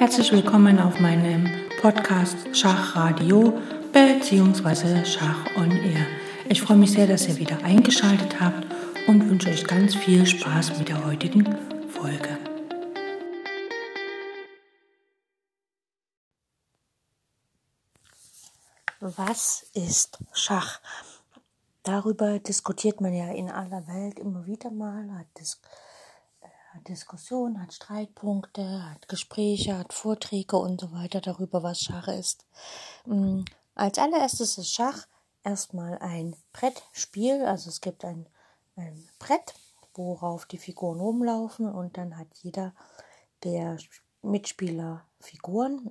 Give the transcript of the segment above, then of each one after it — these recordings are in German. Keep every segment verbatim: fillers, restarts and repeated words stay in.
Herzlich willkommen auf meinem Podcast Schachradio bzw. Schach on Air. Ich freue mich sehr, dass ihr wieder eingeschaltet habt und wünsche euch ganz viel Spaß mit der heutigen Folge. Was ist Schach? Darüber diskutiert man ja in aller Welt immer wieder mal, hat, Dis- hat Diskussionen, hat Streitpunkte, hat Gespräche, hat Vorträge und so weiter darüber, was Schach ist. Mm, Als allererstes ist Schach erstmal ein Brettspiel, also es gibt ein, ein Brett, worauf die Figuren rumlaufen und dann hat jeder der Mitspieler Figuren.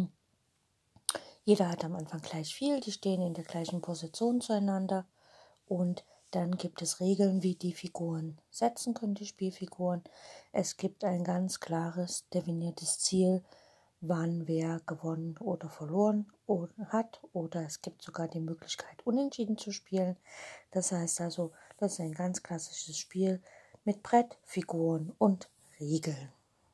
Jeder hat am Anfang gleich viel, die stehen in der gleichen Position zueinander und dann gibt es Regeln, wie die Figuren setzen können, die Spielfiguren. Es gibt ein ganz klares, definiertes Ziel, wann wer gewonnen oder verloren hat, oder es gibt sogar die Möglichkeit, unentschieden zu spielen. Das heißt also, das ist ein ganz klassisches Spiel mit Brett, Figuren und Regeln.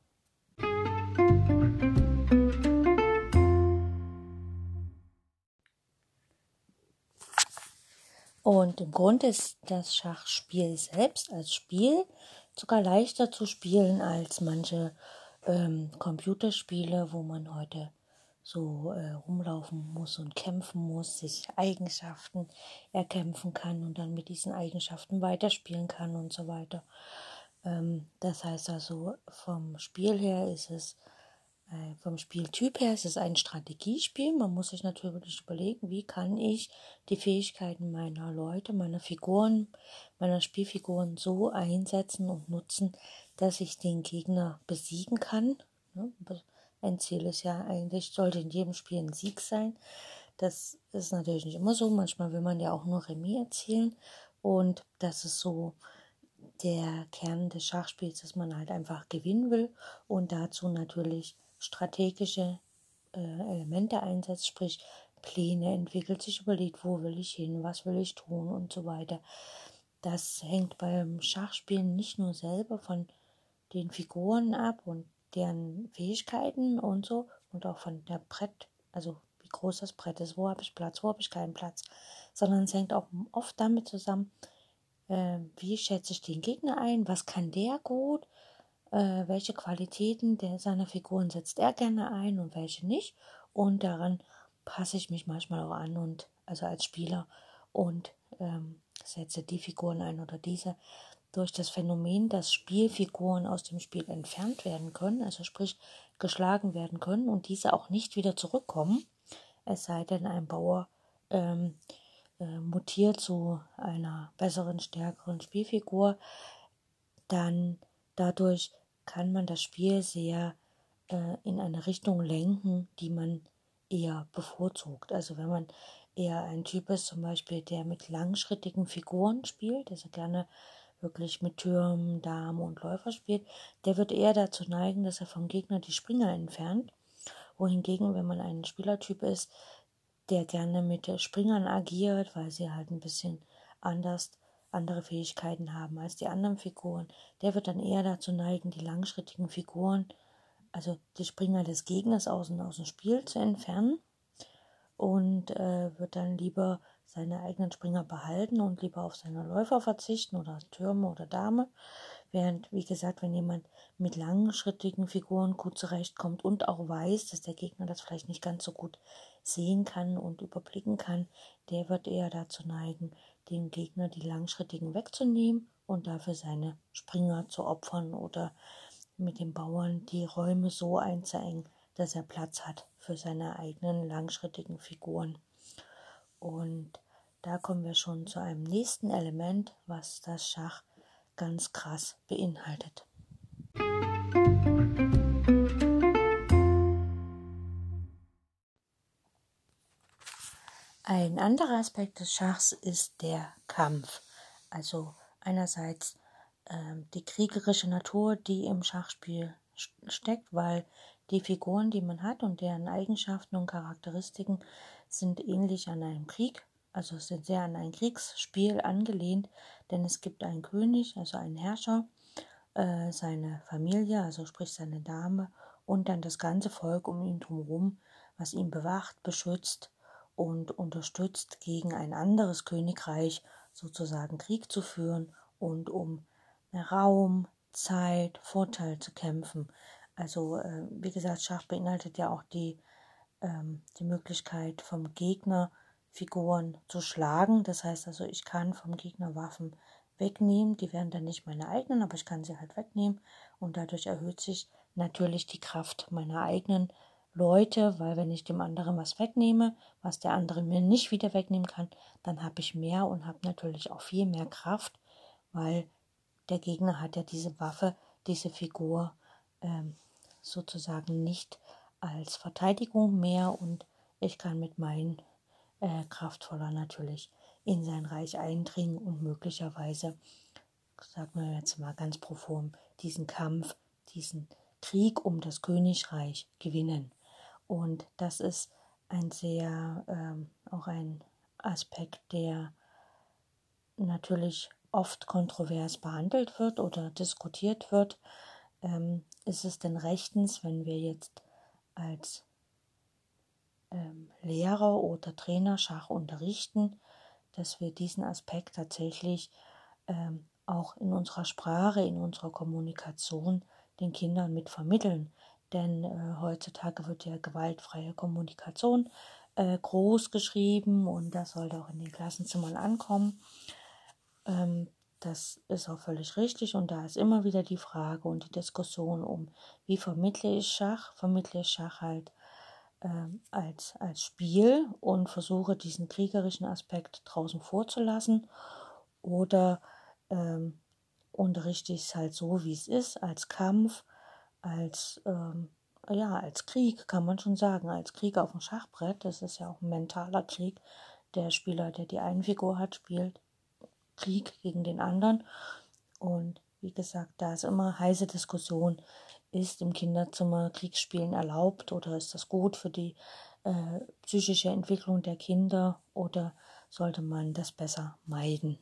Und im Grunde ist das Schachspiel selbst als Spiel sogar leichter zu spielen als manche ähm, Computerspiele, wo man heute so äh, rumlaufen muss und kämpfen muss, sich Eigenschaften erkämpfen kann und dann mit diesen Eigenschaften weiterspielen kann und so weiter. Ähm, das heißt also, vom Spiel her ist es äh, Vom Spieltyp her ist es ein Strategiespiel. Man muss sich natürlich überlegen, wie kann ich die Fähigkeiten meiner Leute, meiner Figuren, meiner Spielfiguren so einsetzen und nutzen, dass ich den Gegner besiegen kann. Ein Ziel ist ja eigentlich, sollte in jedem Spiel ein Sieg sein. Das ist natürlich nicht immer so. Manchmal will man ja auch nur Remis erzielen. Und das ist so der Kern des Schachspiels, dass man halt einfach gewinnen will und dazu natürlich strategische äh, Elemente einsetzt, sprich Pläne entwickelt, sich überlegt, wo will ich hin, was will ich tun und so weiter. Das hängt beim Schachspielen nicht nur selber von den Figuren ab und deren Fähigkeiten und so und auch von der Brett, also wie groß das Brett ist, wo habe ich Platz, wo habe ich keinen Platz, sondern es hängt auch oft damit zusammen, äh, wie schätze ich den Gegner ein, was kann der gut, äh, welche Qualitäten der seiner Figuren setzt er gerne ein und welche nicht. Und daran passe ich mich manchmal auch an und also als Spieler und ähm, setze die Figuren ein oder diese. Durch das Phänomen, dass Spielfiguren aus dem Spiel entfernt werden können, also sprich geschlagen werden können und diese auch nicht wieder zurückkommen, es sei denn, ein Bauer ähm, äh, mutiert zu einer besseren, stärkeren Spielfigur, dann dadurch kann man das Spiel sehr äh, in eine Richtung lenken, die man eher bevorzugt. Also wenn man eher ein Typ ist, zum Beispiel, der mit langschrittigen Figuren spielt, also gerne wirklich mit Türmen, Damen und Läufer spielt, der wird eher dazu neigen, dass er vom Gegner die Springer entfernt. Wohingegen, wenn man ein Spielertyp ist, der gerne mit Springern agiert, weil sie halt ein bisschen anders andere Fähigkeiten haben als die anderen Figuren, der wird dann eher dazu neigen, die langschrittigen Figuren, also die Springer des Gegners aus, aus dem Spiel zu entfernen und äh, wird dann lieber seine eigenen Springer behalten und lieber auf seine Läufer verzichten oder Türme oder Dame. Während, wie gesagt, wenn jemand mit langschrittigen Figuren gut zurechtkommt und auch weiß, dass der Gegner das vielleicht nicht ganz so gut sehen kann und überblicken kann, der wird eher dazu neigen, dem Gegner die langschrittigen wegzunehmen und dafür seine Springer zu opfern oder mit den Bauern die Räume so einzuengen, dass er Platz hat für seine eigenen langschrittigen Figuren. Und da kommen wir schon zu einem nächsten Element, was das Schach ganz krass beinhaltet. Ein anderer Aspekt des Schachs ist der Kampf. Also einerseits äh, die kriegerische Natur, die im Schachspiel steckt, weil die Figuren, die man hat und deren Eigenschaften und Charakteristiken sind ähnlich an einem Krieg, also sind sehr an ein Kriegsspiel angelehnt, denn es gibt einen König, also einen Herrscher, äh, seine Familie, also sprich seine Dame und dann das ganze Volk um ihn drumherum, was ihn bewacht, beschützt und unterstützt, gegen ein anderes Königreich sozusagen Krieg zu führen und um Raum, Zeit, Vorteil zu kämpfen. Also äh, wie gesagt, Schach beinhaltet ja auch die, ähm, die Möglichkeit vom Gegner Figuren zu schlagen. Das heißt also, ich kann vom Gegner Waffen wegnehmen. Die werden dann nicht meine eigenen, aber ich kann sie halt wegnehmen. Und dadurch erhöht sich natürlich die Kraft meiner eigenen Leute, weil wenn ich dem anderen was wegnehme, was der andere mir nicht wieder wegnehmen kann, dann habe ich mehr und habe natürlich auch viel mehr Kraft, weil der Gegner hat ja diese Waffe, diese Figur ähm, sozusagen nicht als Verteidigung mehr und ich kann mit meinen äh, kraftvoller natürlich in sein Reich eindringen und möglicherweise, sagen wir jetzt mal ganz pro form, diesen Kampf, diesen Krieg um das Königreich gewinnen. Und das ist ein sehr, ähm, auch ein Aspekt, der natürlich oft kontrovers behandelt wird oder diskutiert wird. Ähm, ist es denn rechtens, wenn wir jetzt als ähm, Lehrer oder Trainer Schach unterrichten, dass wir diesen Aspekt tatsächlich ähm, auch in unserer Sprache, in unserer Kommunikation den Kindern mit vermitteln. Denn äh, heutzutage wird ja gewaltfreie Kommunikation äh, groß geschrieben und das sollte auch in den Klassenzimmern ankommen. Ähm, das ist auch völlig richtig und da ist immer wieder die Frage und die Diskussion um, wie vermittle ich Schach? Vermittle ich Schach halt ähm, als, als Spiel und versuche diesen kriegerischen Aspekt draußen vorzulassen oder ähm, unterrichte ich es halt so, wie es ist, als Kampf, als, ähm, ja, als Krieg, kann man schon sagen, als Krieg auf dem Schachbrett. Das ist ja auch ein mentaler Krieg. Der Spieler, der die eine Figur hat, spielt Krieg gegen den anderen. Und wie gesagt, da ist immer heiße Diskussion, ist im Kinderzimmer Kriegsspielen erlaubt oder ist das gut für die äh, psychische Entwicklung der Kinder oder sollte man das besser meiden?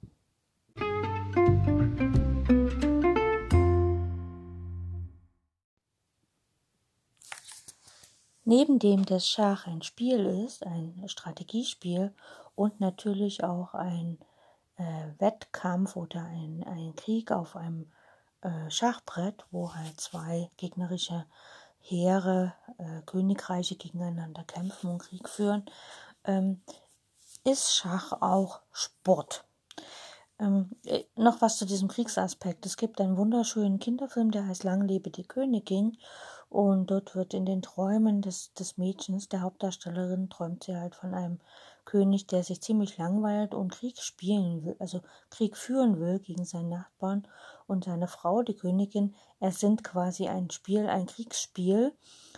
Neben dem das Schach ein Spiel ist, ein Strategiespiel und natürlich auch ein äh, Wettkampf oder ein, ein Krieg auf einem äh, Schachbrett, wo halt zwei gegnerische Heere, äh, Königreiche gegeneinander kämpfen und Krieg führen, ähm, ist Schach auch Sport. Ähm, äh, noch was zu diesem Kriegsaspekt. Es gibt einen wunderschönen Kinderfilm, der heißt Lang lebe die Königin. Und dort wird in den Träumen des, des Mädchens, der Hauptdarstellerin, träumt sie halt von einem König, der sich ziemlich langweilt und Krieg spielen will, also Krieg führen will gegen seinen Nachbarn. Und seine Frau, die Königin, ersinnt quasi ein Spiel, ein Kriegsspiel,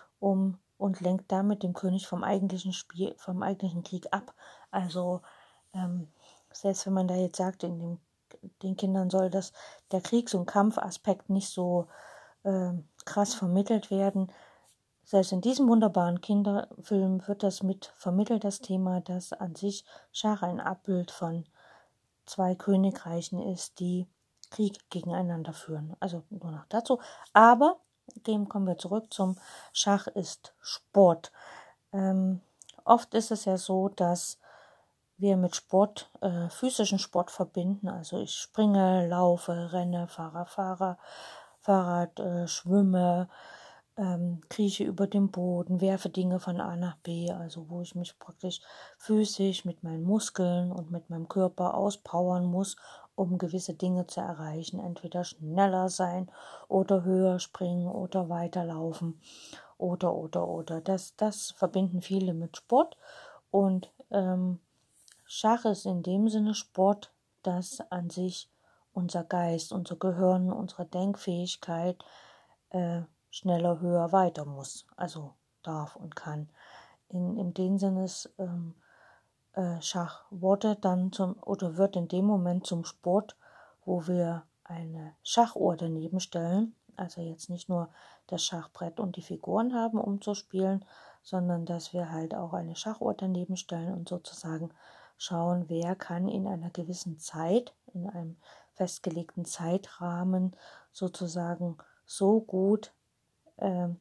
um und lenkt damit dem König vom eigentlichen Spiel, vom eigentlichen Krieg ab. Also ähm, selbst wenn man da jetzt sagt, in dem, den Kindern soll das der Kriegs- und Kampfaspekt nicht so äh, krass vermittelt werden. Selbst in diesem wunderbaren Kinderfilm wird das mit vermittelt, das Thema, dass an sich Schach ein Abbild von zwei Königreichen ist, die Krieg gegeneinander führen. Also nur noch dazu. Aber dem kommen wir zurück zum Schach ist Sport. Ähm, oft ist es ja so, dass wir mit Sport, äh, physischen Sport verbinden. Also ich springe, laufe, renne, fahre, fahre, Fahrrad, äh, schwimme, ähm, krieche über den Boden, werfe Dinge von A nach B, also wo ich mich praktisch physisch mit meinen Muskeln und mit meinem Körper auspowern muss, um gewisse Dinge zu erreichen. Entweder schneller sein oder höher springen oder weiterlaufen oder, oder, oder. Das, das verbinden viele mit Sport und ähm, Schach ist in dem Sinne Sport, dass an sich unser Geist, unser Gehirn, unsere Denkfähigkeit äh, schneller, höher, weiter muss, also darf und kann. In, in dem Sinne ist ähm, äh, Schach wurde dann zum oder wird in dem Moment zum Sport, wo wir eine Schachuhr daneben stellen, also jetzt nicht nur das Schachbrett und die Figuren haben, um zu spielen, sondern dass wir halt auch eine Schachuhr daneben stellen und sozusagen schauen, wer kann in einer gewissen Zeit, in einem festgelegten Zeitrahmen sozusagen so gut äh,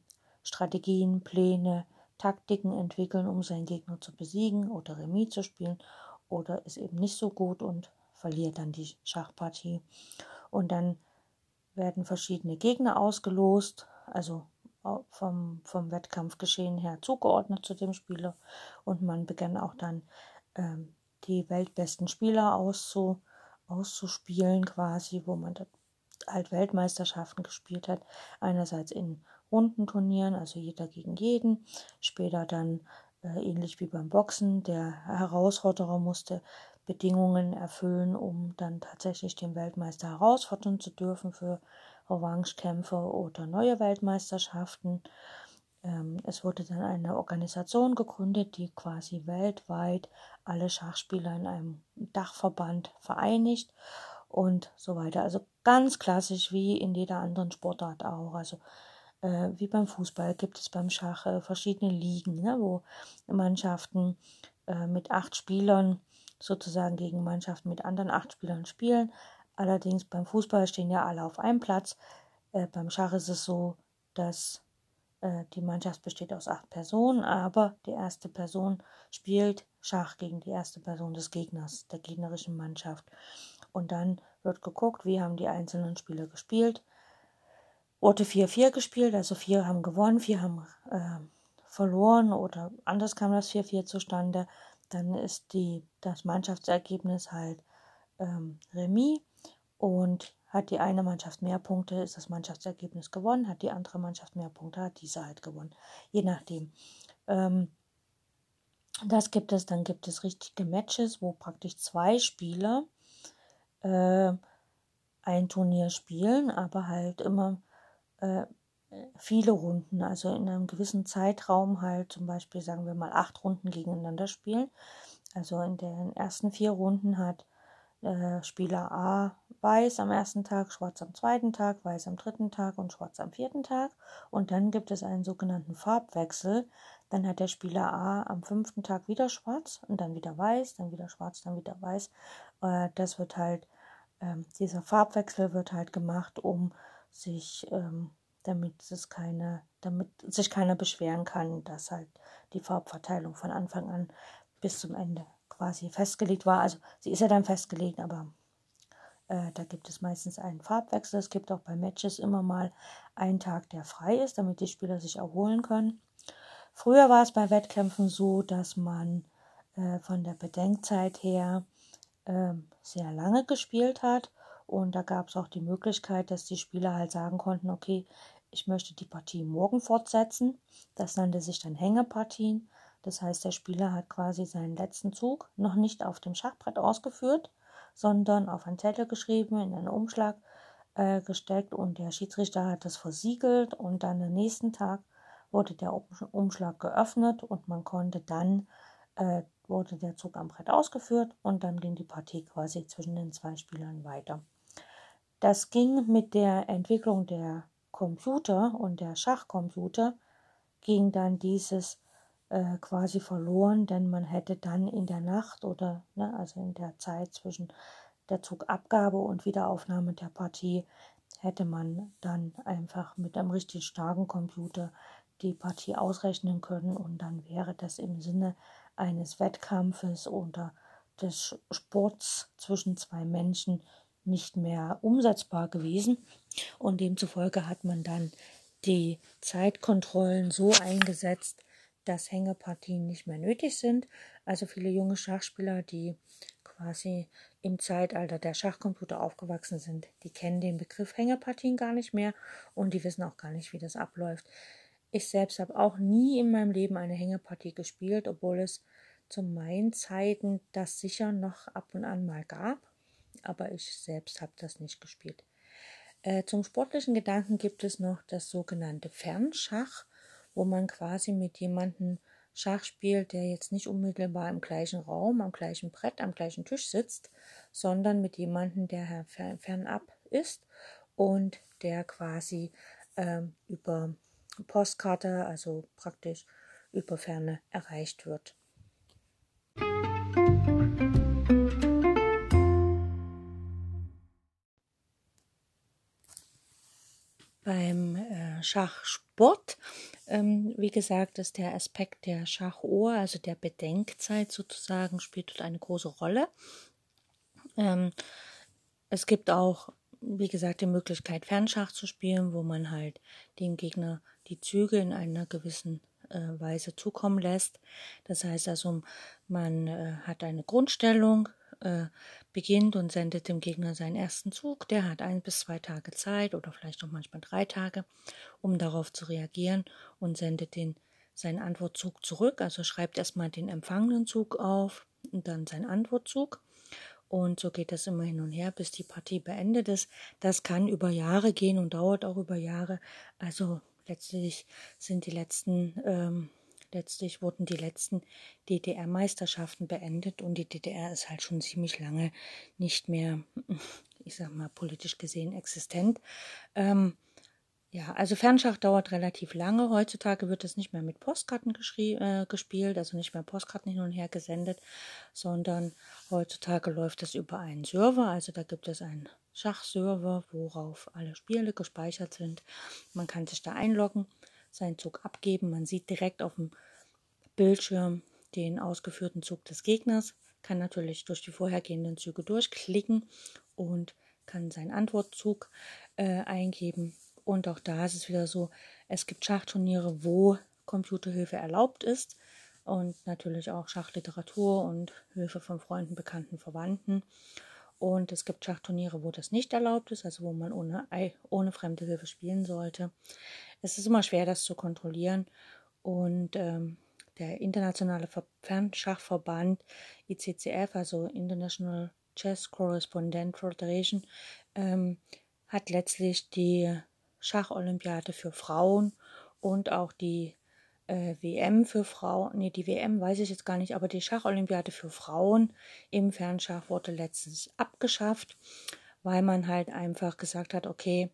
Strategien, Pläne, Taktiken entwickeln, um seinen Gegner zu besiegen oder Remis zu spielen oder ist eben nicht so gut und verliert dann die Schachpartie. Und dann werden verschiedene Gegner ausgelost, also vom, vom Wettkampfgeschehen her zugeordnet zu dem Spieler und man begann auch dann ähm, die weltbesten Spieler auszu, auszuspielen quasi, wo man halt Weltmeisterschaften gespielt hat, einerseits in Rundenturnieren, also jeder gegen jeden, später dann äh, ähnlich wie beim Boxen, der Herausforderer musste Bedingungen erfüllen, um dann tatsächlich den Weltmeister herausfordern zu dürfen für Revanchekämpfe oder neue Weltmeisterschaften. Ähm, es wurde dann eine Organisation gegründet, die quasi weltweit alle Schachspieler in einem Dachverband vereinigt und so weiter. Also ganz klassisch wie in jeder anderen Sportart auch. Also äh, wie beim Fußball gibt es beim Schach äh, verschiedene Ligen, ne, wo Mannschaften äh, mit acht Spielern sozusagen gegen Mannschaften mit anderen acht Spielern spielen. Allerdings beim Fußball stehen ja alle auf einem Platz. Äh, beim Schach ist es so, dass äh, die Mannschaft besteht aus acht Personen, aber die erste Person spielt Schach gegen die erste Person des Gegners, der gegnerischen Mannschaft. Und dann wird geguckt, wie haben die einzelnen Spieler gespielt. Wurde vier vier gespielt, also vier haben gewonnen, vier haben äh, verloren oder anders kam das vier vier zustande. Dann ist die, das Mannschaftsergebnis halt ähm, Remis und hat die eine Mannschaft mehr Punkte, ist das Mannschaftsergebnis gewonnen, hat die andere Mannschaft mehr Punkte, hat diese halt gewonnen. Je nachdem. Ähm, das gibt es, dann gibt es richtige Matches, wo praktisch zwei Spieler äh, ein Turnier spielen, aber halt immer äh, viele Runden, also in einem gewissen Zeitraum halt zum Beispiel, sagen wir mal, acht Runden gegeneinander spielen. Also in den ersten vier Runden hat äh, Spieler A weiß am ersten Tag, schwarz am zweiten Tag, weiß am dritten Tag und schwarz am vierten Tag. Und dann gibt es einen sogenannten Farbwechsel. Dann hat der Spieler A am fünften Tag wieder schwarz und dann wieder weiß, dann wieder schwarz, dann wieder weiß. Äh, das wird halt, ähm, dieser Farbwechsel wird halt gemacht, um sich, ähm, damit es keine, damit sich keiner beschweren kann, dass halt die Farbverteilung von Anfang an bis zum Ende quasi festgelegt war. Also sie ist ja dann festgelegt, aber äh, da gibt es meistens einen Farbwechsel. Es gibt auch bei Matches immer mal einen Tag, der frei ist, damit die Spieler sich erholen können. Früher war es bei Wettkämpfen so, dass man äh, von der Bedenkzeit her äh, sehr lange gespielt hat und da gab es auch die Möglichkeit, dass die Spieler halt sagen konnten, okay, ich möchte die Partie morgen fortsetzen. Das nannte sich dann Hängepartien. Das heißt, der Spieler hat quasi seinen letzten Zug noch nicht auf dem Schachbrett ausgeführt, sondern auf einen Zettel geschrieben, in einen Umschlag äh, gesteckt und der Schiedsrichter hat das versiegelt und dann am nächsten Tag wurde der Umschlag geöffnet und man konnte dann, äh, wurde der Zug am Brett ausgeführt und dann ging die Partie quasi zwischen den zwei Spielern weiter. Das ging mit der Entwicklung der Computer und der Schachcomputer, ging dann dieses äh, quasi verloren, denn man hätte dann in der Nacht oder ne, also in der Zeit zwischen der Zugabgabe und Wiederaufnahme der Partie hätte man dann einfach mit einem richtig starken Computer die Partie ausrechnen können und dann wäre das im Sinne eines Wettkampfes oder des Sports zwischen zwei Menschen nicht mehr umsetzbar gewesen und demzufolge hat man dann die Zeitkontrollen so eingesetzt, dass Hängepartien nicht mehr nötig sind. Also viele junge Schachspieler, die quasi im Zeitalter der Schachcomputer aufgewachsen sind, die kennen den Begriff Hängepartien gar nicht mehr und die wissen auch gar nicht, wie das abläuft. Ich selbst habe auch nie in meinem Leben eine Hängepartie gespielt, obwohl es zu meinen Zeiten das sicher noch ab und an mal gab, aber ich selbst habe das nicht gespielt. Äh, zum sportlichen Gedanken gibt es noch das sogenannte Fernschach, wo man quasi mit jemandem Schach spielt, der jetzt nicht unmittelbar im gleichen Raum, am gleichen Brett, am gleichen Tisch sitzt, sondern mit jemandem, der fern, fernab ist und der quasi ähm, über Postkarte, also praktisch über Ferne erreicht wird. Beim äh, Schachsport ähm, wie gesagt, ist der Aspekt der Schachuhr, also der Bedenkzeit sozusagen, spielt dort eine große Rolle. Ähm, es gibt auch, wie gesagt, die Möglichkeit, Fernschach zu spielen, wo man halt dem Gegner die Züge in einer gewissen äh, Weise zukommen lässt. Das heißt also, man äh, hat eine Grundstellung, äh, beginnt und sendet dem Gegner seinen ersten Zug. Der hat ein bis zwei Tage Zeit oder vielleicht auch manchmal drei Tage, um darauf zu reagieren, und sendet den, seinen Antwortzug zurück. Also schreibt erstmal den empfangenen Zug auf und dann seinen Antwortzug. Und so geht das immer hin und her, bis die Partie beendet ist. Das kann über Jahre gehen und dauert auch über Jahre. Also letztlich sind die letzten, ähm, letztlich wurden die letzten D D R-Meisterschaften beendet und die D D R ist halt schon ziemlich lange nicht mehr, ich sag mal, politisch gesehen existent. Ähm, ja, also Fernschach dauert relativ lange. Heutzutage wird es nicht mehr mit Postkarten äh, gespielt, also nicht mehr Postkarten hin und her gesendet, sondern heutzutage läuft es über einen Server. Also da gibt es einen Schachserver, worauf alle Spiele gespeichert sind. Man kann sich da einloggen, seinen Zug abgeben. Man sieht direkt auf dem Bildschirm den ausgeführten Zug des Gegners, kann natürlich durch die vorhergehenden Züge durchklicken und kann seinen Antwortzug äh, eingeben. Und auch da ist es wieder so, es gibt Schachturniere, wo Computerhilfe erlaubt ist und natürlich auch Schachliteratur und Hilfe von Freunden, Bekannten, Verwandten. Und es gibt Schachturniere, wo das nicht erlaubt ist, also wo man ohne, ohne fremde Hilfe spielen sollte. Es ist immer schwer, das zu kontrollieren. Und ähm, der internationale Fernschachverband I C C F, also International Chess Correspondent Federation, ähm, hat letztlich die Schacholympiade für Frauen und auch die äh, W M für Frauen, nee, die W M weiß ich jetzt gar nicht, aber die Schacholympiade für Frauen im Fernschach wurde letztens abgeschafft, weil man halt einfach gesagt hat, okay,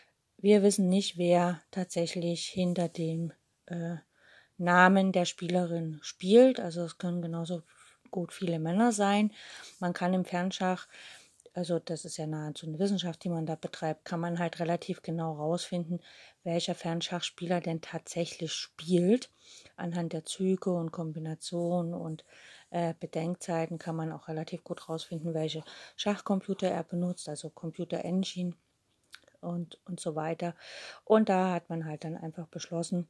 wir wissen nicht, wer tatsächlich hinter dem äh, Namen der Spielerin spielt. Also es können genauso gut viele Männer sein. Man kann im Fernschach, also das ist ja nahezu eine Wissenschaft, die man da betreibt, kann man halt relativ genau rausfinden, welcher Fernschachspieler denn tatsächlich spielt. Anhand der Züge und Kombinationen und äh, Bedenkzeiten kann man auch relativ gut rausfinden, welche Schachcomputer er benutzt, also Computer Engine und, und so weiter. Und da hat man halt dann einfach beschlossen,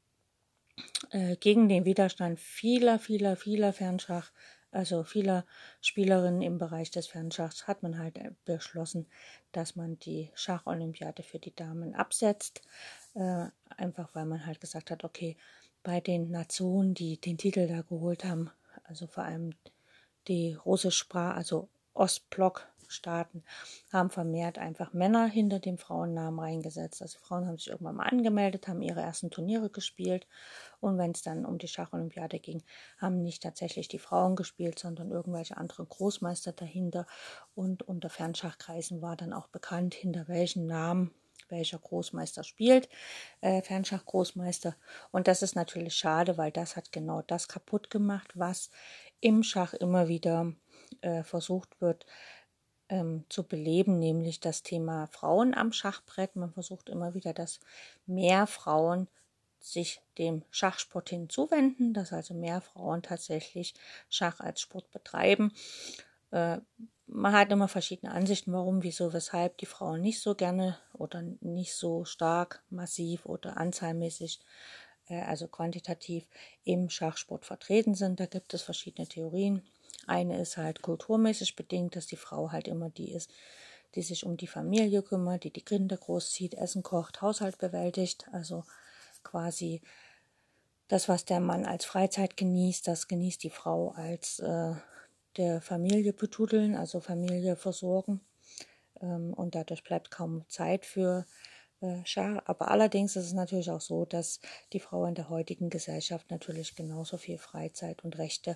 äh, gegen den Widerstand vieler, vieler, vieler Fernschach, also vieler Spielerinnen im Bereich des Fernschachs, hat man halt beschlossen, dass man die Schacholympiade für die Damen absetzt. Äh, einfach weil man halt gesagt hat, okay, bei den Nationen, die den Titel da geholt haben, also vor allem die Russischsprache, also Ostblock-Staaten, haben vermehrt einfach Männer hinter dem Frauennamen reingesetzt. Also Frauen haben sich irgendwann mal angemeldet, haben ihre ersten Turniere gespielt und wenn es dann um die Schacholympiade ging, haben nicht tatsächlich die Frauen gespielt, sondern irgendwelche anderen Großmeister dahinter, und unter Fernschachkreisen war dann auch bekannt, hinter welchen Namen welcher Großmeister spielt, äh, Fernschach-Großmeister. Und das ist natürlich schade, weil das hat genau das kaputt gemacht, was im Schach immer wieder äh, versucht wird ähm, zu beleben, nämlich das Thema Frauen am Schachbrett. Man versucht immer wieder, dass mehr Frauen sich dem Schachsport hinzuwenden, dass also mehr Frauen tatsächlich Schach als Sport betreiben. Äh, man hat immer verschiedene Ansichten, warum, wieso, weshalb die Frauen nicht so gerne oder nicht so stark, massiv oder anzahlmäßig, äh, also quantitativ im Schachsport vertreten sind. Da gibt es verschiedene Theorien. Eine ist halt kulturmäßig bedingt, dass die Frau halt immer die ist, die sich um die Familie kümmert, die die Kinder großzieht, Essen kocht, Haushalt bewältigt, also quasi das, was der Mann als Freizeit genießt, das genießt die Frau als äh, der Familie betudeln, also Familie versorgen. Ähm, und dadurch bleibt kaum Zeit für äh, Schach. Aber allerdings ist es natürlich auch so, dass die Frau in der heutigen Gesellschaft natürlich genauso viel Freizeit und Rechte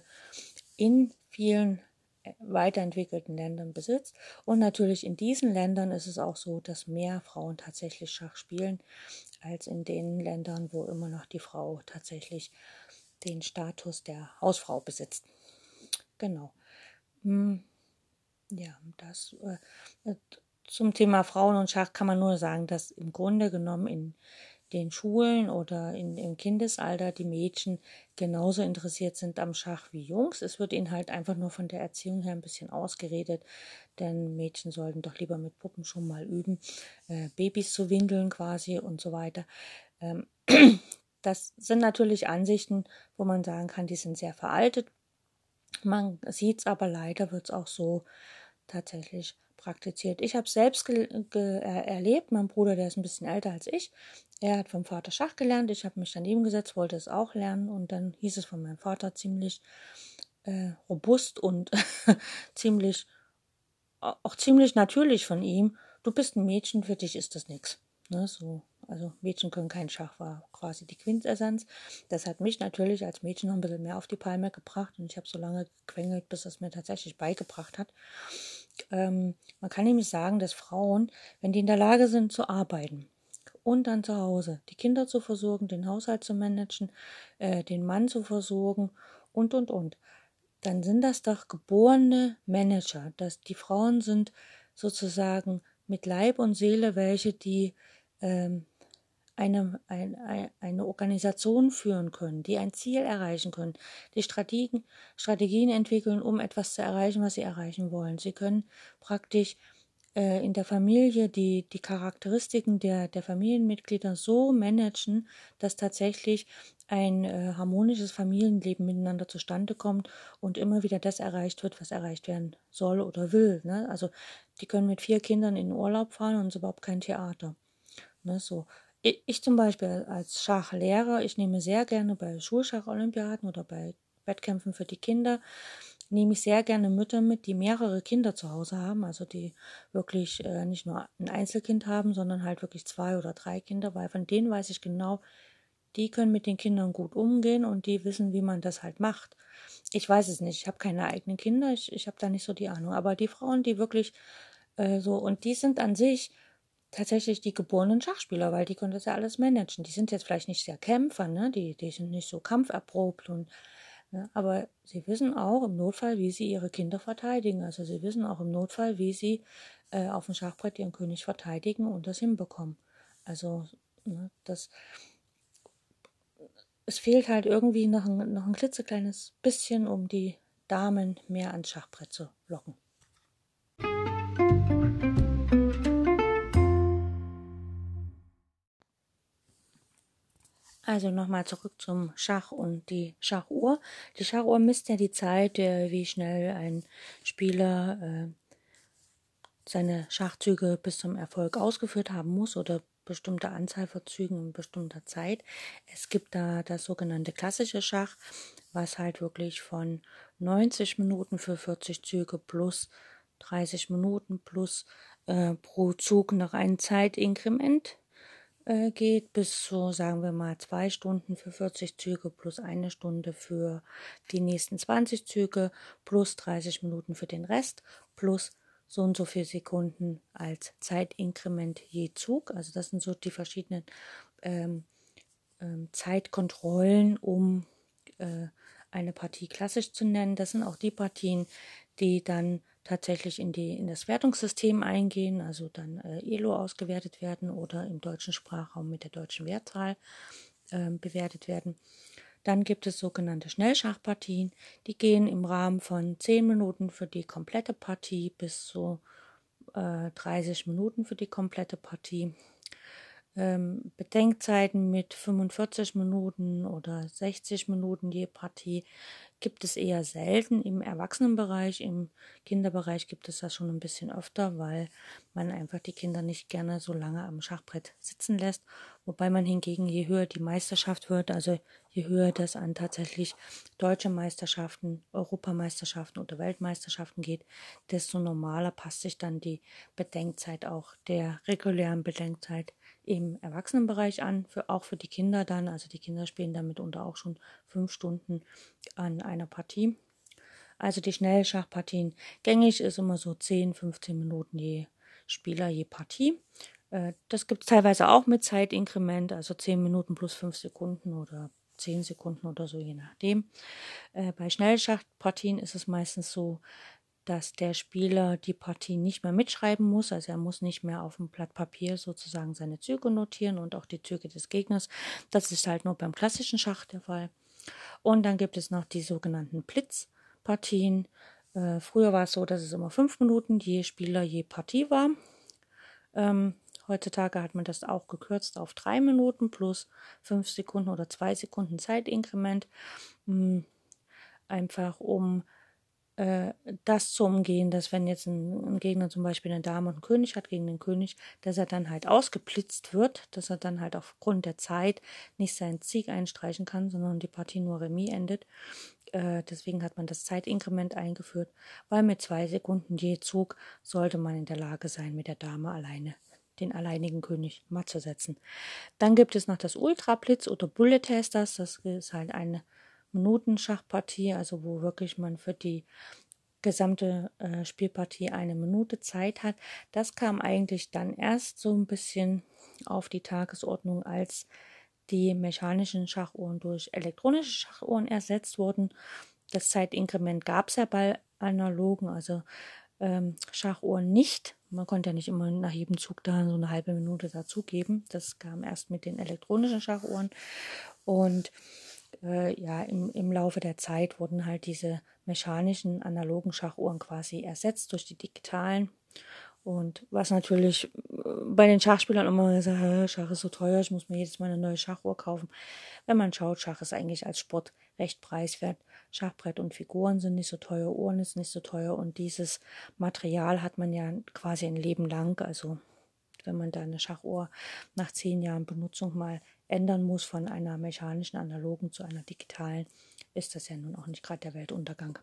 in vielen weiterentwickelten Ländern besitzt. Und natürlich in diesen Ländern ist es auch so, dass mehr Frauen tatsächlich Schach spielen, als in den Ländern, wo immer noch die Frau tatsächlich den Status der Hausfrau besitzt. Genau. Hm, ja, das äh, zum Thema Frauen und Schach kann man nur sagen, dass im Grunde genommen in den Schulen oder in, im Kindesalter die Mädchen genauso interessiert sind am Schach wie Jungs. Es wird ihnen halt einfach nur von der Erziehung her ein bisschen ausgeredet, denn Mädchen sollten doch lieber mit Puppen schon mal üben, äh, Babys zu windeln quasi und so weiter. Ähm, das sind natürlich Ansichten, wo man sagen kann, die sind sehr veraltet. Man sieht es aber leider, wird es auch so tatsächlich praktiziert. Ich habe es selbst ge- ge- er- erlebt. Mein Bruder, der ist ein bisschen älter als ich, er hat vom Vater Schach gelernt. Ich habe mich daneben gesetzt, wollte es auch lernen und dann hieß es von meinem Vater ziemlich äh, robust und ziemlich auch ziemlich natürlich von ihm, du bist ein Mädchen, für dich ist das nichts. Ne, so, also Mädchen können kein Schach, war quasi die Quintessenz. Das hat mich natürlich als Mädchen noch ein bisschen mehr auf die Palme gebracht und ich habe so lange gequengelt, bis es mir tatsächlich beigebracht hat. Ähm, man kann nämlich sagen, dass Frauen, wenn die in der Lage sind zu arbeiten und dann zu Hause die Kinder zu versorgen, den Haushalt zu managen, äh, den Mann zu versorgen und, und, und, dann sind das doch geborene Manager. Das, die Frauen sind sozusagen mit Leib und Seele welche, die ähm, eine, ein, ein, eine Organisation führen können, die ein Ziel erreichen können, die Strategien, Strategien entwickeln, um etwas zu erreichen, was sie erreichen wollen. Sie können praktisch äh, in der Familie die, die Charakteristiken der, der Familienmitglieder so managen, dass tatsächlich ein äh, harmonisches Familienleben miteinander zustande kommt und immer wieder das erreicht wird, was erreicht werden soll oder will. Ne? Also die können mit vier Kindern in den Urlaub fahren und es ist überhaupt kein Theater. Ne? So. Ich, ich zum Beispiel als Schachlehrer, ich nehme sehr gerne bei Schulschacholympiaden oder bei Wettkämpfen für die Kinder, nehme ich sehr gerne Mütter mit, die mehrere Kinder zu Hause haben, also die wirklich äh, nicht nur ein Einzelkind haben, sondern halt wirklich zwei oder drei Kinder, weil von denen weiß ich genau, die können mit den Kindern gut umgehen und die wissen, wie man das halt macht. Ich weiß es nicht, ich habe keine eigenen Kinder, ich, ich habe da nicht so die Ahnung, aber die Frauen, die wirklich äh, so, und die sind an sich tatsächlich die geborenen Schachspieler, weil die können das ja alles managen. Die sind jetzt vielleicht nicht sehr Kämpfer, ne? die, die sind nicht so kampferprobt und ne? Aber sie wissen auch im Notfall, wie sie ihre Kinder verteidigen. Also sie wissen auch im Notfall, wie sie äh, auf dem Schachbrett ihren König verteidigen und das hinbekommen. Also ne, das, es fehlt halt irgendwie noch ein, noch ein klitzekleines bisschen, um die Damen mehr ans Schachbrett zu locken. Also nochmal zurück zum Schach und die Schachuhr. Die Schachuhr misst ja die Zeit, äh, wie schnell ein Spieler äh, seine Schachzüge bis zum Erfolg ausgeführt haben muss oder bestimmte Anzahl von Zügen in bestimmter Zeit. Es gibt da das sogenannte klassische Schach, was halt wirklich von neunzig Minuten für vierzig Züge plus dreißig Minuten plus äh, pro Zug noch ein Zeitinkrement äh, geht, bis zu, sagen wir mal, zwei Stunden für vierzig Züge plus eine Stunde für die nächsten zwanzig Züge plus dreißig Minuten für den Rest plus so und so viele Sekunden als Zeitinkrement je Zug. Also das sind so die verschiedenen ähm, ähm, Zeitkontrollen, um äh, eine Partie klassisch zu nennen. Das sind auch die Partien, die dann tatsächlich in, die, in das Wertungssystem eingehen, also dann äh, E L O ausgewertet werden oder im deutschen Sprachraum mit der deutschen Wertzahl äh, bewertet werden. Dann gibt es sogenannte Schnellschachpartien, die gehen im Rahmen von zehn Minuten für die komplette Partie bis zu äh, dreißig Minuten für die komplette Partie. Ähm, Bedenkzeiten mit fünfundvierzig Minuten oder sechzig Minuten je Partie gibt es eher selten im Erwachsenenbereich. Im Kinderbereich gibt es das schon ein bisschen öfter, weil man einfach die Kinder nicht gerne so lange am Schachbrett sitzen lässt. Wobei man hingegen, je höher die Meisterschaft wird, also je höher das an tatsächlich deutsche Meisterschaften, Europameisterschaften oder Weltmeisterschaften geht, desto normaler passt sich dann die Bedenkzeit auch der regulären Bedenkzeit im Erwachsenenbereich an, für, auch für die Kinder dann. Also die Kinder spielen damit unter auch schon fünf Stunden an einer Partie. Also die Schnellschachpartien. Gängig ist immer so zehn, fünfzehn Minuten je Spieler, je Partie. Äh, das gibt es teilweise auch mit Zeitinkrement, also zehn Minuten plus fünf Sekunden oder zehn Sekunden oder so, je nachdem. Äh, bei Schnellschachpartien ist es meistens so, dass der Spieler die Partie nicht mehr mitschreiben muss. Also er muss nicht mehr auf dem Blatt Papier sozusagen seine Züge notieren und auch die Züge des Gegners. Das ist halt nur beim klassischen Schach der Fall. Und dann gibt es noch die sogenannten Blitzpartien. Äh, früher war es so, dass es immer fünf Minuten je Spieler je Partie war. Ähm, heutzutage hat man das auch gekürzt auf drei Minuten plus fünf Sekunden oder zwei Sekunden Zeitinkrement. Ähm, einfach um äh, das zu umgehen, dass wenn jetzt ein, ein Gegner zum Beispiel eine Dame und einen König hat gegen den König, dass er dann halt ausgeblitzt wird, dass er dann halt aufgrund der Zeit nicht seinen Sieg einstreichen kann, sondern die Partie nur Remis endet. Äh, deswegen hat man das Zeitinkrement eingeführt, weil mit zwei Sekunden je Zug sollte man in der Lage sein, mit der Dame alleine den alleinigen König matt zu setzen. Dann gibt es noch das Ultra-Blitz oder Bullet Testers, das ist halt eine Minutenschachpartie, also wo wirklich man für die gesamte äh, Spielpartie eine Minute Zeit hat. Das kam eigentlich dann erst so ein bisschen auf die Tagesordnung, als die mechanischen Schachuhren durch elektronische Schachuhren ersetzt wurden. Das Zeitinkrement gab es ja bei analogen, also ähm, Schachuhren nicht. Man konnte ja nicht immer nach jedem Zug da so eine halbe Minute dazugeben. Das kam erst mit den elektronischen Schachuhren. Und äh, ja, im, im Laufe der Zeit wurden halt diese mechanischen, analogen Schachuhren quasi ersetzt durch die digitalen. Und was natürlich bei den Schachspielern immer sagt, Schach ist so teuer, ich muss mir jedes Mal eine neue Schachuhr kaufen. Wenn man schaut, Schach ist eigentlich als Sport recht preiswert. Schachbrett und Figuren sind nicht so teuer, Uhren ist nicht so teuer und dieses Material hat man ja quasi ein Leben lang. Also wenn man da eine Schachuhr nach zehn Jahren Benutzung mal ändern muss von einer mechanischen, analogen zu einer digitalen, ist das ja nun auch nicht gerade der Weltuntergang.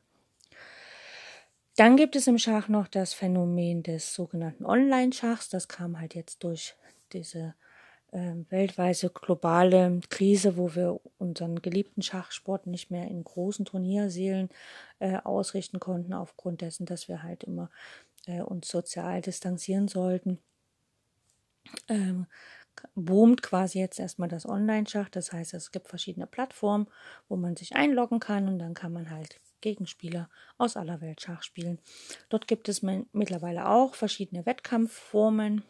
Dann gibt es im Schach noch das Phänomen des sogenannten Online-Schachs. Das kam halt jetzt durch diese äh, weltweite globale Krise, wo wir unseren geliebten Schachsport nicht mehr in großen Turniersälen äh, ausrichten konnten, aufgrund dessen, dass wir halt immer äh, uns sozial distanzieren sollten. Ähm, boomt quasi jetzt erstmal das Online-Schach. Das heißt, es gibt verschiedene Plattformen, wo man sich einloggen kann und dann kann man halt Gegenspieler aus aller Welt Schach spielen. Dort gibt es mittlerweile auch verschiedene Wettkampfformen,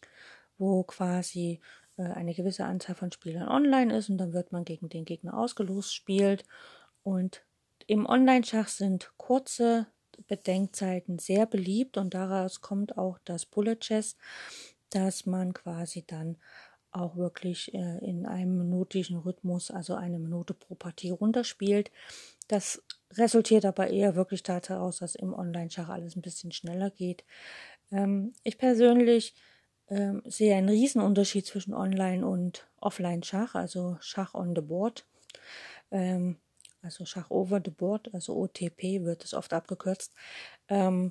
wo quasi äh, eine gewisse Anzahl von Spielern online ist und dann wird man gegen den Gegner ausgelost, spielt. Und im Online-Schach sind kurze Bedenkzeiten sehr beliebt und daraus kommt auch das Bullet Chess, dass man quasi dann auch wirklich äh, in einem minütlichen Rhythmus, also eine Minute pro Partie runterspielt. Das resultiert aber eher wirklich daraus, dass im Online-Schach alles ein bisschen schneller geht. Ähm, ich persönlich ähm, sehe einen Riesenunterschied zwischen Online- und Offline-Schach, also Schach on the Board. Ähm, also Schach over the Board, also O T P wird es oft abgekürzt, ähm,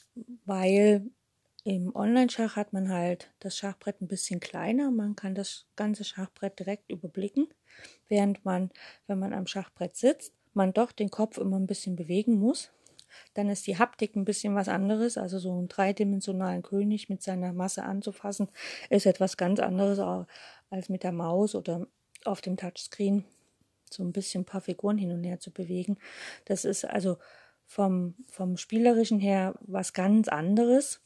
weil im Online-Schach hat man halt das Schachbrett ein bisschen kleiner, man kann das ganze Schachbrett direkt überblicken, während man, wenn man am Schachbrett sitzt, man doch den Kopf immer ein bisschen bewegen muss. Dann ist die Haptik ein bisschen was anderes, also so einen dreidimensionalen König mit seiner Masse anzufassen, ist etwas ganz anderes als mit der Maus oder auf dem Touchscreen so ein bisschen ein paar Figuren hin und her zu bewegen. Das ist also vom, vom Spielerischen her was ganz anderes.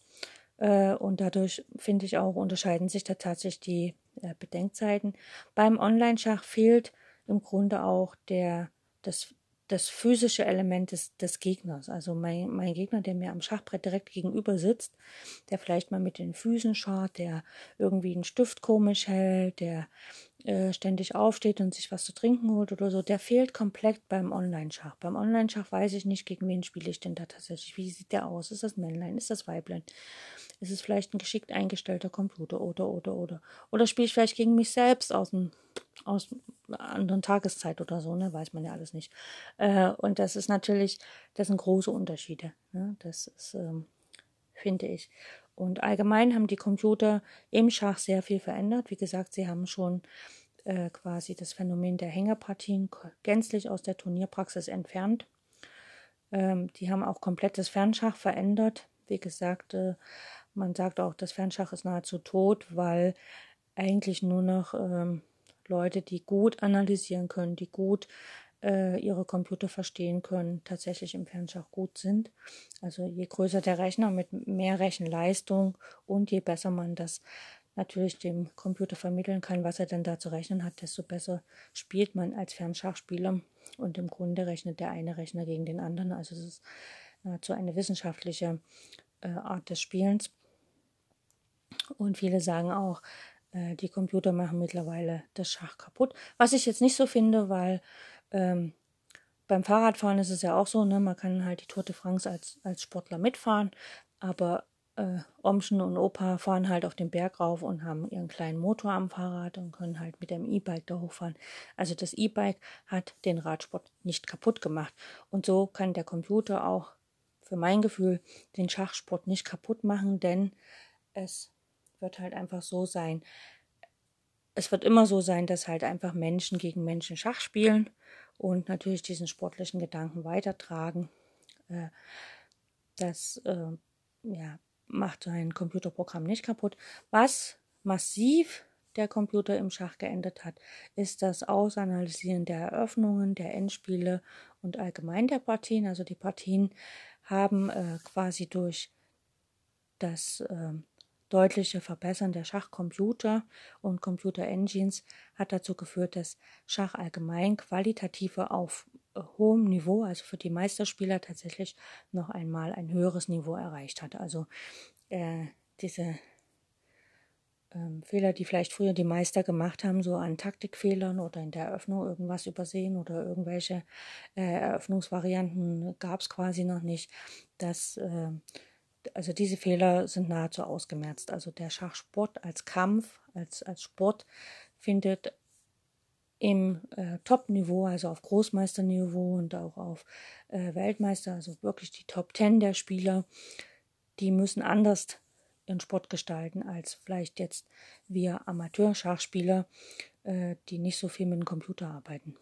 Und dadurch, finde ich auch, unterscheiden sich da tatsächlich die äh, Bedenkzeiten. Beim Online-Schach fehlt im Grunde auch der, das, das physische Element des, des Gegners. Also mein, mein Gegner, der mir am Schachbrett direkt gegenüber sitzt, der vielleicht mal mit den Füßen schaut, der irgendwie einen Stift komisch hält, der äh, ständig aufsteht und sich was zu trinken holt oder so, der fehlt komplett beim Online-Schach. Beim Online-Schach weiß ich nicht, gegen wen spiele ich denn da tatsächlich. Wie sieht der aus? Ist das Männlein? Ist das Weiblein? Ist es vielleicht ein geschickt eingestellter Computer oder, oder, oder. Oder spiele ich vielleicht gegen mich selbst aus, dem, aus einer anderen Tageszeit oder so, ne? Weiß man ja alles nicht. Äh, und das ist natürlich, das sind große Unterschiede. Ne? Das ist, ähm, finde ich. Und allgemein haben die Computer im Schach sehr viel verändert. Wie gesagt, sie haben schon äh, quasi das Phänomen der Hängerpartien gänzlich aus der Turnierpraxis entfernt. Ähm, die haben auch komplett das Fernschach verändert. Wie gesagt, äh, man sagt auch, das Fernschach ist nahezu tot, weil eigentlich nur noch ähm, Leute, die gut analysieren können, die gut äh, ihre Computer verstehen können, tatsächlich im Fernschach gut sind. Also je größer der Rechner mit mehr Rechenleistung und je besser man das natürlich dem Computer vermitteln kann, was er denn da zu rechnen hat, desto besser spielt man als Fernschachspieler. Und im Grunde rechnet der eine Rechner gegen den anderen. Also es ist nahezu eine wissenschaftliche äh, Art des Spielens. Und viele sagen auch, äh, die Computer machen mittlerweile das Schach kaputt. Was ich jetzt nicht so finde, weil ähm, beim Fahrradfahren ist es ja auch so, ne, man kann halt die Tour de France als, als Sportler mitfahren, aber äh, Omschen und Opa fahren halt auf den Berg rauf und haben ihren kleinen Motor am Fahrrad und können halt mit dem E-Bike da hochfahren. Also das E-Bike hat den Radsport nicht kaputt gemacht. Und so kann der Computer auch für mein Gefühl den Schachsport nicht kaputt machen, denn es wird halt einfach so sein. Es wird immer so sein, dass halt einfach Menschen gegen Menschen Schach spielen und natürlich diesen sportlichen Gedanken weitertragen. Äh, das äh, ja, macht sein Computerprogramm nicht kaputt. Was massiv der Computer im Schach geändert hat, ist das Ausanalysieren der Eröffnungen, der Endspiele und allgemein der Partien. Also die Partien haben äh, quasi durch das äh, deutliche Verbessern der Schachcomputer und Computer-Engines hat dazu geführt, dass Schach allgemein qualitativer auf äh, hohem Niveau, also für die Meisterspieler tatsächlich noch einmal ein höheres Niveau erreicht hat. Also äh, diese ähm, Fehler, die vielleicht früher die Meister gemacht haben, so an Taktikfehlern oder in der Eröffnung irgendwas übersehen oder irgendwelche äh, Eröffnungsvarianten gab es quasi noch nicht, dass äh, also diese Fehler sind nahezu ausgemerzt. Also der Schachsport als Kampf, als, als Sport findet im äh, Top-Niveau, also auf Großmeisterniveau und auch auf äh, Weltmeister, also wirklich die Top Ten der Spieler, die müssen anders ihren Sport gestalten als vielleicht jetzt wir Amateurschachspieler, äh, die nicht so viel mit dem Computer arbeiten.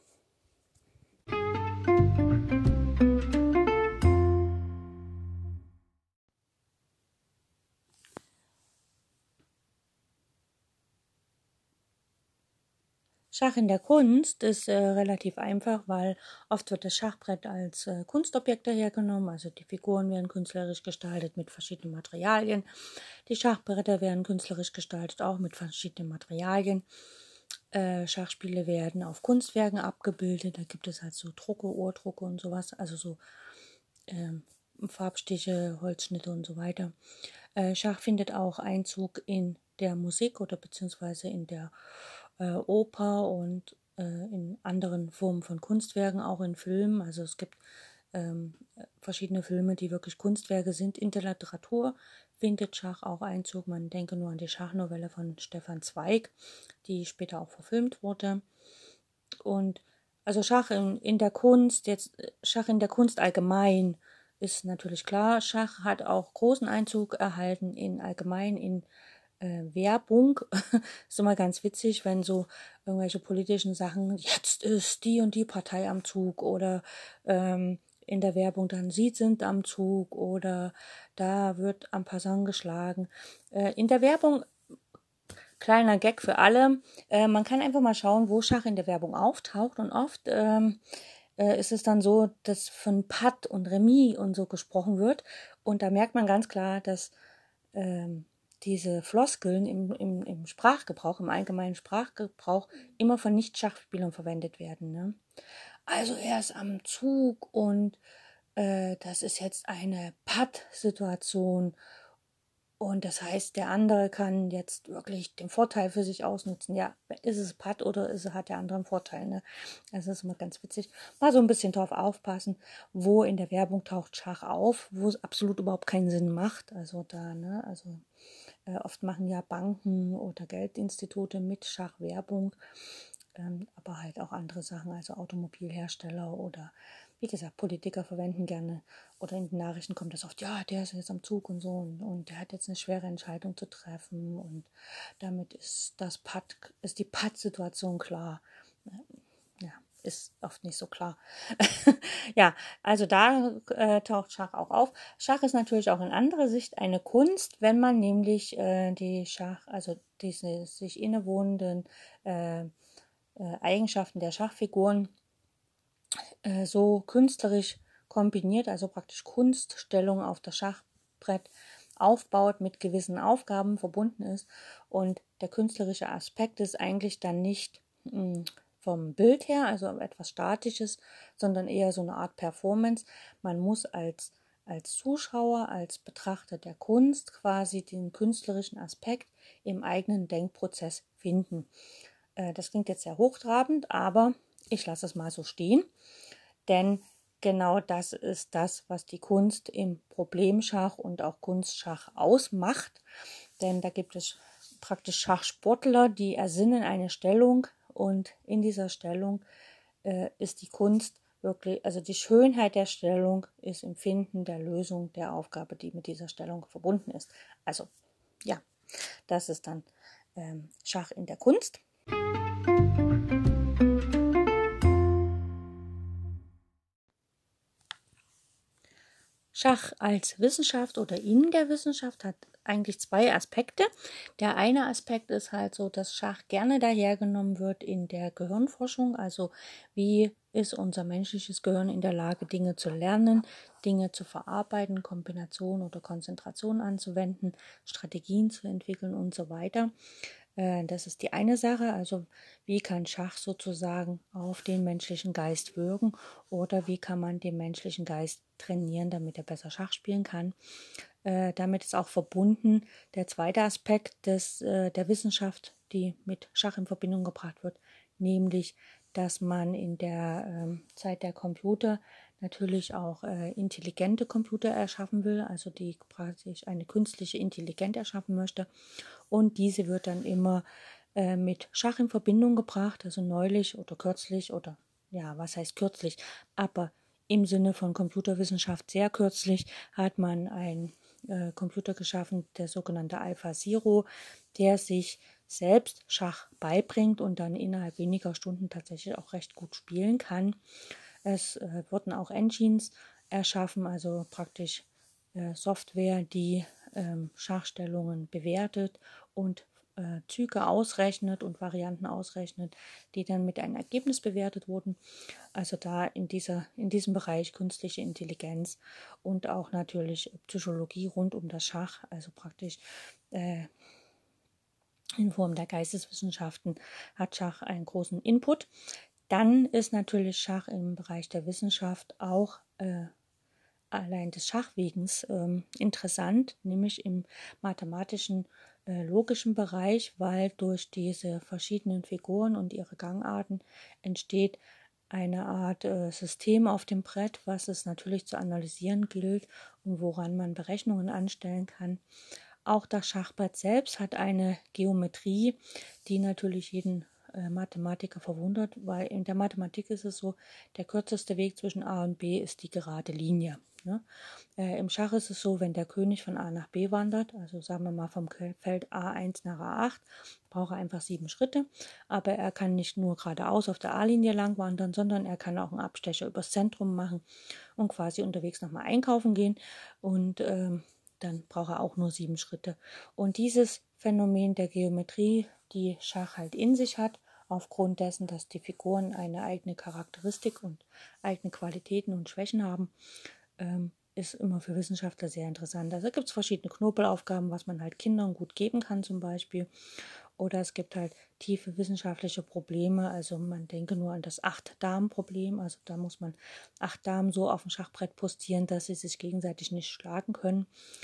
Schach in der Kunst ist äh, relativ einfach, weil oft wird das Schachbrett als äh, Kunstobjekt hergenommen, also die Figuren werden künstlerisch gestaltet mit verschiedenen Materialien, die Schachbretter werden künstlerisch gestaltet, auch mit verschiedenen Materialien. Äh, Schachspiele werden auf Kunstwerken abgebildet, da gibt es halt so Drucke, Ohrdrucke und sowas, also so ähm, Farbstiche, Holzschnitte und so weiter. Äh, Schach findet auch Einzug in der Musik oder beziehungsweise in der äh, Oper und äh, in anderen Formen von Kunstwerken, auch in Filmen. Also es gibt ähm, verschiedene Filme, die wirklich Kunstwerke sind. In der Literatur findet Schach auch Einzug. Man denke nur an die Schachnovelle von Stefan Zweig, die später auch verfilmt wurde. Und also Schach in, in der Kunst, jetzt Schach in der Kunst allgemein ist natürlich klar. Schach hat auch großen Einzug erhalten in allgemein in äh, Werbung. Ist immer ganz witzig, wenn so irgendwelche politischen Sachen, jetzt ist die und die Partei am Zug oder ähm, in der Werbung dann sie sind am Zug oder da wird am Passant geschlagen. Äh, in der Werbung kleiner Gag für alle. Äh, man kann einfach mal schauen, wo Schach in der Werbung auftaucht. Und oft ähm, äh, ist es dann so, dass von Patt und Remis und so gesprochen wird. Und da merkt man ganz klar, dass ähm, diese Floskeln im, im, im Sprachgebrauch, im allgemeinen Sprachgebrauch, immer von Nicht-Schachspielern verwendet werden. Ne? Also er ist am Zug und äh, das ist jetzt eine Patt-Situation. Und das heißt, der andere kann jetzt wirklich den Vorteil für sich ausnutzen. Ja, ist es Patt oder ist, hat der andere einen Vorteil? Ne? Also das ist immer ganz witzig. Mal so ein bisschen drauf aufpassen, wo in der Werbung taucht Schach auf, wo es absolut überhaupt keinen Sinn macht. Also da, ne, also äh, oft machen ja Banken oder Geldinstitute mit Schach Werbung, ähm, aber halt auch andere Sachen, also Automobilhersteller oder wie gesagt, Politiker verwenden gerne, oder in den Nachrichten kommt das oft, ja, der ist jetzt am Zug und so und, und der hat jetzt eine schwere Entscheidung zu treffen und damit ist das Patt, ist die Patt-Situation klar. Ja, ist oft nicht so klar. Ja, also da äh, taucht Schach auch auf. Schach ist natürlich auch in anderer Sicht eine Kunst, wenn man nämlich äh, die Schach, also diese sich innewohnenden äh, äh, Eigenschaften der Schachfiguren äh, so künstlerisch kombiniert, also praktisch Kunststellung auf das Schachbrett aufbaut, mit gewissen Aufgaben verbunden ist. Und der künstlerische Aspekt ist eigentlich dann nicht mh, vom Bild her, also etwas Statisches, sondern eher so eine Art Performance. Man muss als, als Zuschauer, als Betrachter der Kunst quasi den künstlerischen Aspekt im eigenen Denkprozess finden. Äh, das klingt jetzt sehr hochtrabend, aber ich lasse es mal so stehen, denn genau das ist das, was die Kunst im Problemschach und auch Kunstschach ausmacht. Denn da gibt es praktisch Schachsportler, die ersinnen eine Stellung und in dieser Stellung äh, ist die Kunst wirklich, also die Schönheit der Stellung ist im Finden der Lösung der Aufgabe, die mit dieser Stellung verbunden ist. Also ja, das ist dann ähm, Schach in der Kunst. Schach als Wissenschaft oder in der Wissenschaft hat eigentlich zwei Aspekte. Der eine Aspekt ist halt so, dass Schach gerne dahergenommen wird in der Gehirnforschung. Also wie ist unser menschliches Gehirn in der Lage, Dinge zu lernen, Dinge zu verarbeiten, Kombination oder Konzentration anzuwenden, Strategien zu entwickeln und so weiter. Das ist die eine Sache, also wie kann Schach sozusagen auf den menschlichen Geist wirken oder wie kann man den menschlichen Geist trainieren, damit er besser Schach spielen kann. Äh, damit ist auch verbunden der zweite Aspekt des, äh, der Wissenschaft, die mit Schach in Verbindung gebracht wird, nämlich, dass man in der ähm, Zeit der Computer natürlich auch äh, intelligente Computer erschaffen will, also die praktisch eine künstliche Intelligenz erschaffen möchte. Und diese wird dann immer äh, mit Schach in Verbindung gebracht, also neulich oder kürzlich oder ja, was heißt kürzlich, aber im Sinne von Computerwissenschaft sehr kürzlich hat man einen äh, Computer geschaffen, der sogenannte AlphaZero, der sich selbst Schach beibringt und dann innerhalb weniger Stunden tatsächlich auch recht gut spielen kann. Es äh, wurden auch Engines erschaffen, also praktisch äh, Software, die ähm, Schachstellungen bewertet und äh, Züge ausrechnet und Varianten ausrechnet, die dann mit einem Ergebnis bewertet wurden. Also da in, dieser, in diesem Bereich künstliche Intelligenz und auch natürlich Psychologie rund um das Schach, also praktisch äh, in Form der Geisteswissenschaften hat Schach einen großen Input. Dann ist natürlich Schach im Bereich der Wissenschaft auch äh, allein des Schachwegens ähm, interessant, nämlich im mathematischen, äh, logischen Bereich, weil durch diese verschiedenen Figuren und ihre Gangarten entsteht eine Art äh, System auf dem Brett, was es natürlich zu analysieren gilt und woran man Berechnungen anstellen kann. Auch das Schachbrett selbst hat eine Geometrie, die natürlich jeden äh, Mathematiker verwundert, weil in der Mathematik ist es so, der kürzeste Weg zwischen A und B ist die gerade Linie. Ne? Äh, Im Schach ist es so, wenn der König von A nach B wandert, also sagen wir mal vom Feld A eins nach A acht, braucht er einfach sieben Schritte, aber er kann nicht nur geradeaus auf der A-Linie lang wandern, sondern er kann auch einen Abstecher übers Zentrum machen und quasi unterwegs nochmal einkaufen gehen und ähm, dann braucht er auch nur sieben Schritte. Und dieses Phänomen der Geometrie, die Schach halt in sich hat, aufgrund dessen, dass die Figuren eine eigene Charakteristik und eigene Qualitäten und Schwächen haben, ähm, ist immer für Wissenschaftler sehr interessant. Also gibt es verschiedene Knobelaufgaben, was man halt Kindern gut geben kann zum Beispiel. Oder es gibt halt tiefe wissenschaftliche Probleme. Also man denke nur an das Acht-Damen-Problem. Also da muss man acht Damen so auf dem Schachbrett postieren, dass sie sich gegenseitig nicht schlagen können.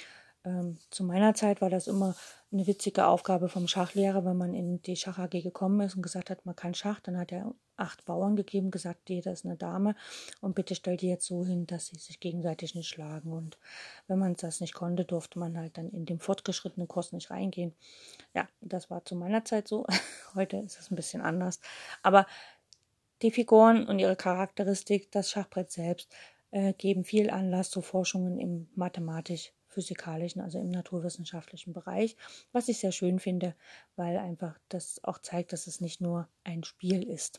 Ähm, zu meiner Zeit war das immer eine witzige Aufgabe vom Schachlehrer, wenn man in die Schach-A G gekommen ist und gesagt hat, man kann Schach, dann hat er acht Bauern gegeben, gesagt, jeder ist eine Dame und bitte stellt die jetzt so hin, dass sie sich gegenseitig nicht schlagen. Und wenn man das nicht konnte, durfte man halt dann in den fortgeschrittenen Kurs nicht reingehen. Ja, das war zu meiner Zeit so. Heute ist es ein bisschen anders. Aber die Figuren und ihre Charakteristik, das Schachbrett selbst, äh, geben viel Anlass zu Forschungen im mathematisch-physikalischen, also im naturwissenschaftlichen Bereich, was ich sehr schön finde, weil einfach das auch zeigt, dass es nicht nur ein Spiel ist.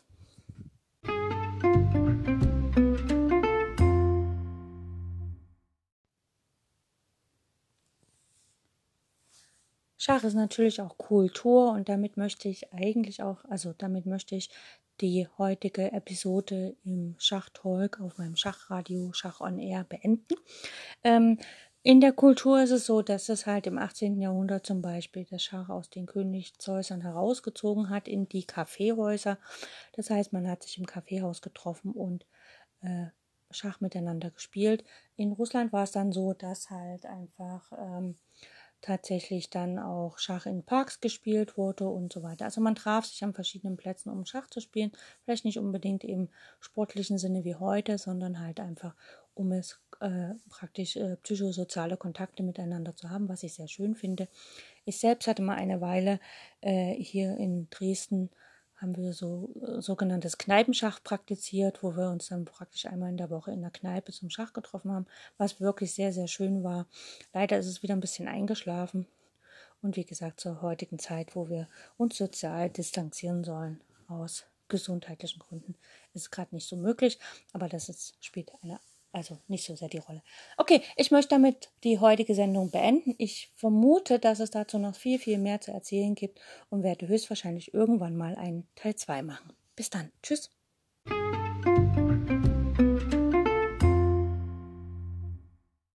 Schach ist natürlich auch Kultur und damit möchte ich eigentlich auch, also damit möchte ich die heutige Episode im Schachtalk auf meinem Schachradio Schach on Air beenden. Ähm, in der Kultur ist es so, dass es halt im achtzehnten Jahrhundert zum Beispiel das Schach aus den Königshäusern herausgezogen hat in die Kaffeehäuser. Das heißt, man hat sich im Kaffeehaus getroffen und äh, Schach miteinander gespielt. In Russland war es dann so, dass halt einfach ähm, tatsächlich dann auch Schach in Parks gespielt wurde und so weiter. Also man traf sich an verschiedenen Plätzen, um Schach zu spielen. Vielleicht nicht unbedingt im sportlichen Sinne wie heute, sondern halt einfach, um es äh, praktisch äh, psychosoziale Kontakte miteinander zu haben, was ich sehr schön finde. Ich selbst hatte mal eine Weile äh, hier in Dresden haben wir so äh, sogenanntes Kneipenschach praktiziert, wo wir uns dann praktisch einmal in der Woche in der Kneipe zum Schach getroffen haben, was wirklich sehr, sehr schön war. Leider ist es wieder ein bisschen eingeschlafen und wie gesagt zur heutigen Zeit, wo wir uns sozial distanzieren sollen aus gesundheitlichen Gründen, ist es gerade nicht so möglich, aber das ist, spielt eine Also nicht so sehr die Rolle. Okay, ich möchte damit die heutige Sendung beenden. Ich vermute, dass es dazu noch viel, viel mehr zu erzählen gibt und werde höchstwahrscheinlich irgendwann mal einen Teil zwei machen. Bis dann. Tschüss.